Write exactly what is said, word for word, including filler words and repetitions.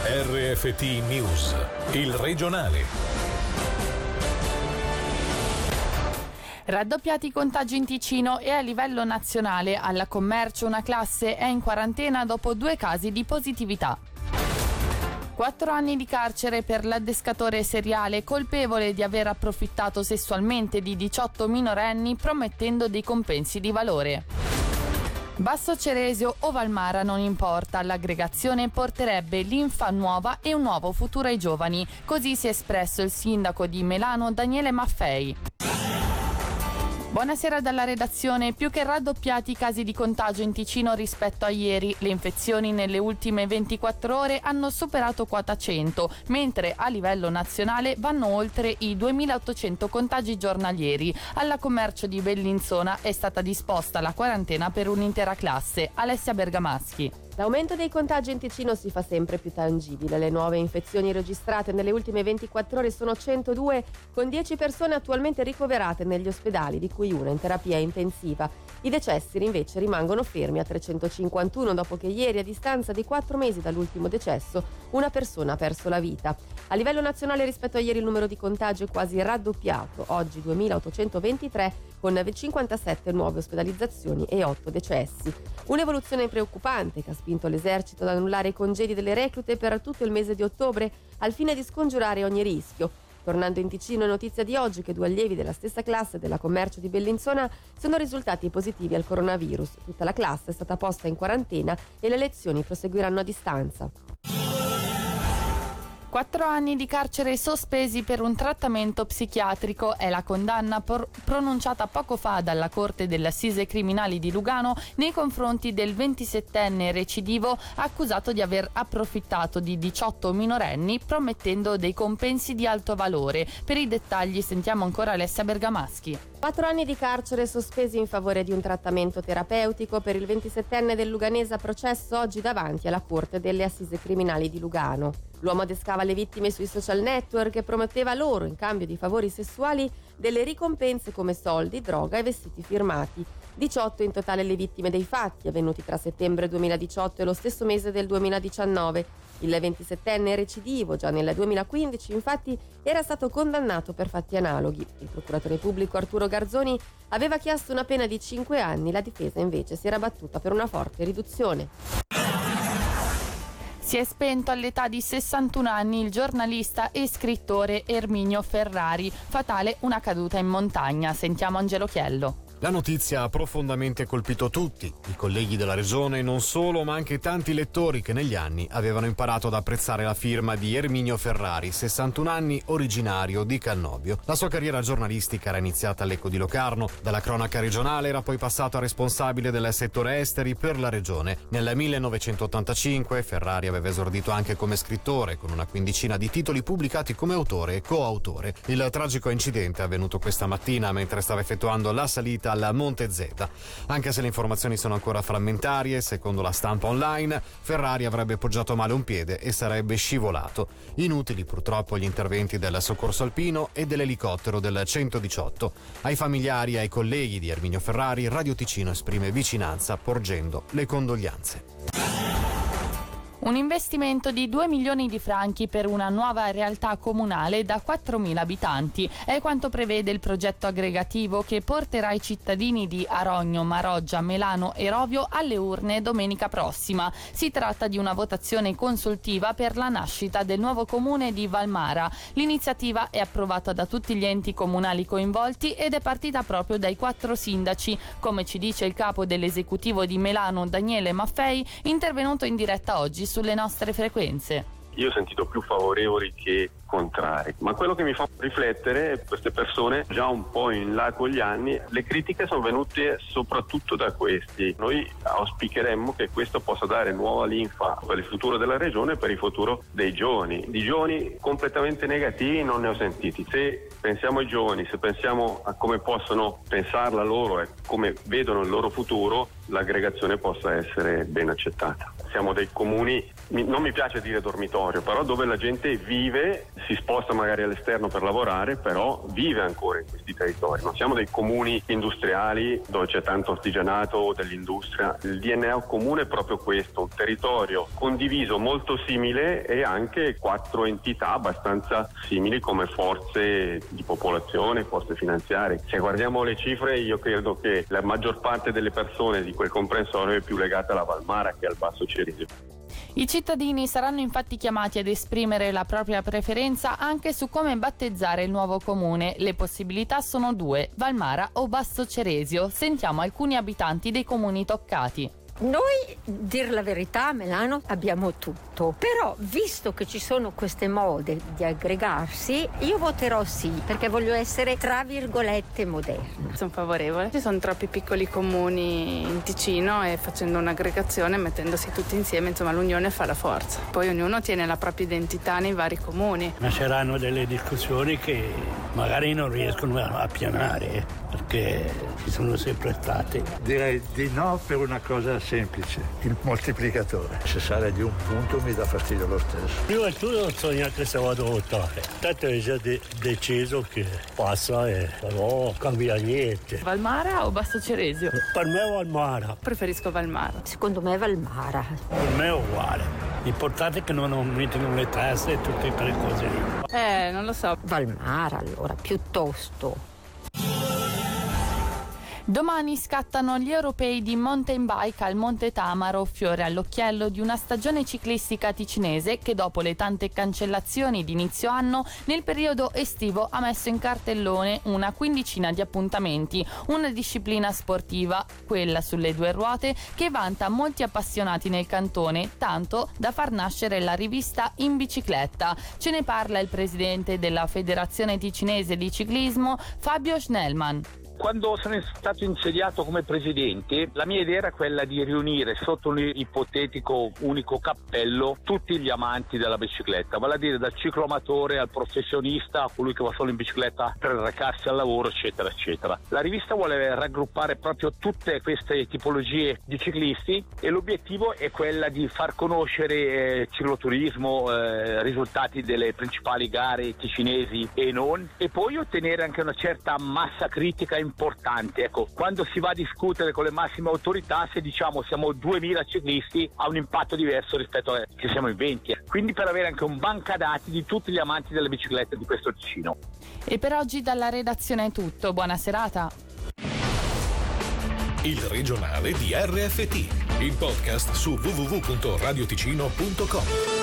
R F T News, il regionale. Raddoppiati i contagi in Ticino e a livello nazionale alla Commercio una classe è in quarantena dopo due casi di positività. Quattro anni di carcere per l'addescatore seriale colpevole di aver approfittato sessualmente di diciotto minorenni promettendo dei compensi di valore. Basso Ceresio o Valmara non importa, l'aggregazione porterebbe linfa nuova e un nuovo futuro ai giovani. Così si è espresso il sindaco di Melano Daniele Maffei. Buonasera dalla redazione. Più che raddoppiati i casi di contagio in Ticino rispetto a ieri. Le infezioni nelle ultime ventiquattro ore hanno superato quota cento, mentre a livello nazionale vanno oltre i duemilaottocento contagi giornalieri. Alla Commercio di Bellinzona è stata disposta la quarantena per un'intera classe. Alessia Bergamaschi. L'aumento dei contagi in Ticino si fa sempre più tangibile. Le nuove infezioni registrate nelle ultime ventiquattro ore sono centodue, con dieci persone attualmente ricoverate negli ospedali, di cui una in terapia intensiva. I decessi invece rimangono fermi a trecentocinquantuno dopo che ieri, a distanza di quattro mesi dall'ultimo decesso, una persona ha perso la vita. A livello nazionale rispetto a ieri il numero di contagi è quasi raddoppiato, oggi duemilaottocentoventitré, con cinquantasette nuove ospedalizzazioni e otto decessi. Un'evoluzione preoccupante che ha spinto l'esercito ad annullare i congedi delle reclute per tutto il mese di ottobre al fine di scongiurare ogni rischio. Tornando in Ticino, è notizia di oggi che due allievi della stessa classe della Commercio di Bellinzona sono risultati positivi al coronavirus. Tutta la classe è stata posta in quarantena e le lezioni proseguiranno a distanza. Quattro anni di carcere sospesi per un trattamento psichiatrico è la condanna por- pronunciata poco fa dalla Corte delle Assise Criminali di Lugano nei confronti del ventisettenne recidivo accusato di aver approfittato di diciotto minorenni promettendo dei compensi di alto valore. Per i dettagli sentiamo ancora Alessia Bergamaschi. Quattro anni di carcere sospesi in favore di un trattamento terapeutico per il ventisettenne del Luganese a processo oggi davanti alla Corte delle Assise Criminali di Lugano. L'uomo adescava le vittime sui social network e prometteva loro, in cambio di favori sessuali, delle ricompense come soldi, droga e vestiti firmati. diciotto in totale le vittime dei fatti, avvenuti tra settembre duemiladiciotto e lo stesso mese del duemiladiciannove. Il ventisettenne recidivo, già nel duemilaquindici, infatti, era stato condannato per fatti analoghi. Il procuratore pubblico Arturo Garzoni aveva chiesto una pena di cinque anni, la difesa invece si era battuta per una forte riduzione. Si è spento all'età di sessantuno anni il giornalista e scrittore Erminio Ferrari. Fatale una caduta in montagna. Sentiamo Angelo Chiello. La notizia ha profondamente colpito tutti, i colleghi della regione non solo, ma anche tanti lettori che negli anni avevano imparato ad apprezzare la firma di Erminio Ferrari, sessantuno anni, originario di Cannobio. La sua carriera giornalistica era iniziata all'Eco di Locarno, dalla cronaca regionale era poi passato a responsabile del settore esteri per la regione. Nel millenovecentottantacinque Ferrari aveva esordito anche come scrittore, con una quindicina di titoli pubblicati come autore e coautore. Il tragico incidente è avvenuto questa mattina mentre stava effettuando la salita al Monte Zeta. Anche se le informazioni sono ancora frammentarie, secondo la stampa online, Ferrari avrebbe poggiato male un piede e sarebbe scivolato. Inutili purtroppo gli interventi del soccorso alpino e dell'elicottero del centodiciotto. Ai familiari e ai colleghi di Erminio Ferrari, Radio Ticino esprime vicinanza porgendo le condoglianze. Un investimento di due milioni di franchi per una nuova realtà comunale da quattromila abitanti è quanto prevede il progetto aggregativo che porterà i cittadini di Arogno, Maroggia, Melano e Rovio alle urne domenica prossima. Si tratta di una votazione consultiva per la nascita del nuovo comune di Valmara. L'iniziativa è approvata da tutti gli enti comunali coinvolti ed è partita proprio dai quattro sindaci, come ci dice il capo dell'esecutivo di Melano Daniele Maffei, intervenuto in diretta oggi sulle nostre frequenze. Io ho sentito più favorevoli che contrari, ma quello che mi fa riflettere, queste persone già un po' in là con gli anni, le critiche sono venute soprattutto da questi. Noi auspicheremmo che questo possa dare nuova linfa per il futuro della regione e per il futuro dei giovani. Di giovani completamente negativi non ne ho sentiti. Se pensiamo ai giovani, se pensiamo a come possono pensarla loro e come vedono il loro futuro, l'aggregazione possa essere ben accettata. Siamo dei comuni, non mi piace dire dormitorio, però dove la gente vive, si sposta magari all'esterno per lavorare, però vive ancora in questi territori. Non siamo dei comuni industriali dove c'è tanto artigianato o dell'industria. Il D N A comune è proprio questo, un territorio condiviso molto simile e anche quattro entità abbastanza simili come forze di popolazione, forze finanziarie. Se guardiamo le cifre, io credo che la maggior parte delle persone di quel comprensorio è più legata alla Valmara che al Basso Ceresio. I cittadini saranno infatti chiamati ad esprimere la propria preferenza anche su come battezzare il nuovo comune. Le possibilità sono due, Valmara o Basso Ceresio. Sentiamo alcuni abitanti dei comuni toccati. Noi, dir la verità, a Milano abbiamo tutto, però visto che ci sono queste mode di aggregarsi, io voterò sì, perché voglio essere tra virgolette moderna. Sono favorevole, ci sono troppi piccoli comuni in Ticino e facendo un'aggregazione, mettendosi tutti insieme, insomma l'unione fa la forza. Poi ognuno tiene la propria identità nei vari comuni. Nasceranno delle discussioni che magari non riescono a pianare, perché ci sono sempre state. Direi di no per una cosa semplice, il moltiplicatore. Se sale di un punto mi dà fastidio lo stesso. Io e tu non so neanche se vado a votare, tanto è già de- deciso che passa e però cambia niente. Valmara o Basso Ceresio? Per me è Valmara. Preferisco Valmara. Secondo me Valmara. Per me è uguale. L'importante è che non aumentino le tasse e tutte quelle cose lì. Eh, non lo so. Valmara allora, piuttosto. Domani scattano gli europei di mountain bike al Monte Tamaro, fiore all'occhiello di una stagione ciclistica ticinese che dopo le tante cancellazioni di inizio anno, nel periodo estivo ha messo in cartellone una quindicina di appuntamenti, una disciplina sportiva, quella sulle due ruote, che vanta molti appassionati nel cantone, tanto da far nascere la rivista In Bicicletta. Ce ne parla il presidente della Federazione Ticinese di Ciclismo, Fabio Schnellmann. Quando sono stato insediato come presidente, la mia idea era quella di riunire sotto un ipotetico unico cappello tutti gli amanti della bicicletta, vale a dire dal cicloamatore al professionista, a colui che va solo in bicicletta per recarsi al lavoro, eccetera, eccetera. La rivista vuole raggruppare proprio tutte queste tipologie di ciclisti e l'obiettivo è quella di far conoscere eh, cicloturismo, eh, risultati delle principali gare ticinesi e non, e poi ottenere anche una certa massa critica importante. Ecco, quando si va a discutere con le massime autorità, se diciamo siamo duemila ciclisti, ha un impatto diverso rispetto a che siamo in venti. Quindi per avere anche un banca dati di tutti gli amanti delle biciclette di questo Ticino. E per oggi dalla redazione è tutto, buona serata. Il regionale di R F T, il podcast su w w w punto radioticino punto com.